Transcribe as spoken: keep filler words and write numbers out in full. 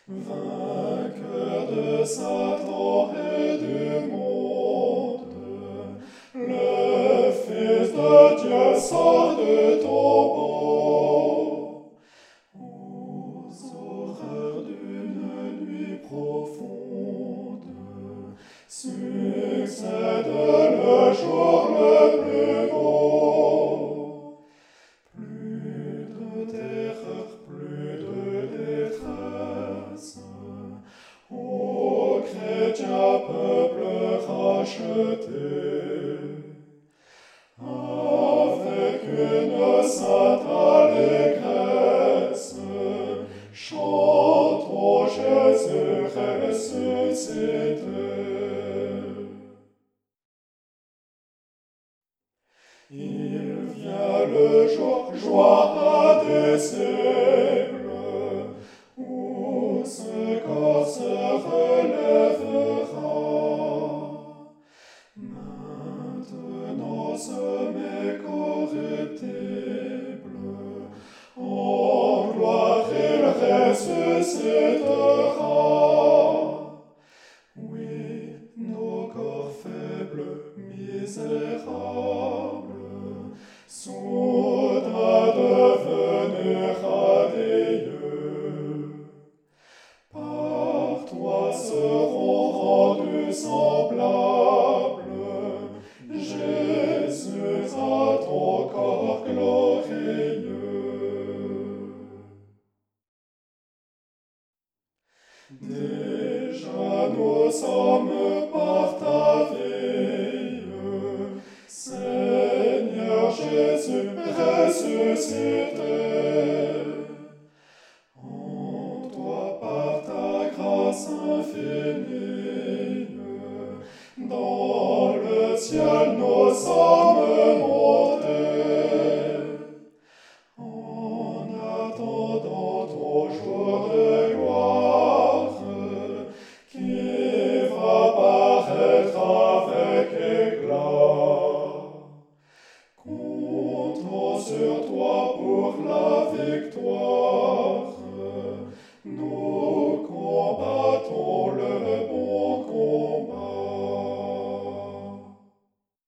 Vainqueur de Satan et du monde, le Fils de Dieu sort du tombeau. Aux horreurs d'une nuit profonde succède le jour le plus beau. Plus de terreur, plus de détresse, ô chrétien peuple racheté, avec une sainte allégresse, chantons Jésus ressuscité. Il vient le jour, joie indicible, où ce corps se relèvera. Maintenant semi-corruptible, en gloire il ressuscitera. Oui, nos corps faibles, misérables, soudain devenus radieux, par toi seront rendus semblables, Jésus, à ton corps glorieux. Déjà nous sommes par ta vie, Seigneur Jésus ressuscité. En toi par ta grâce infinie, dans le ciel nous sommes montés. En attendant ton jour de gloire, qui va paraître avec éclat, comptons sur toi pour la victoire.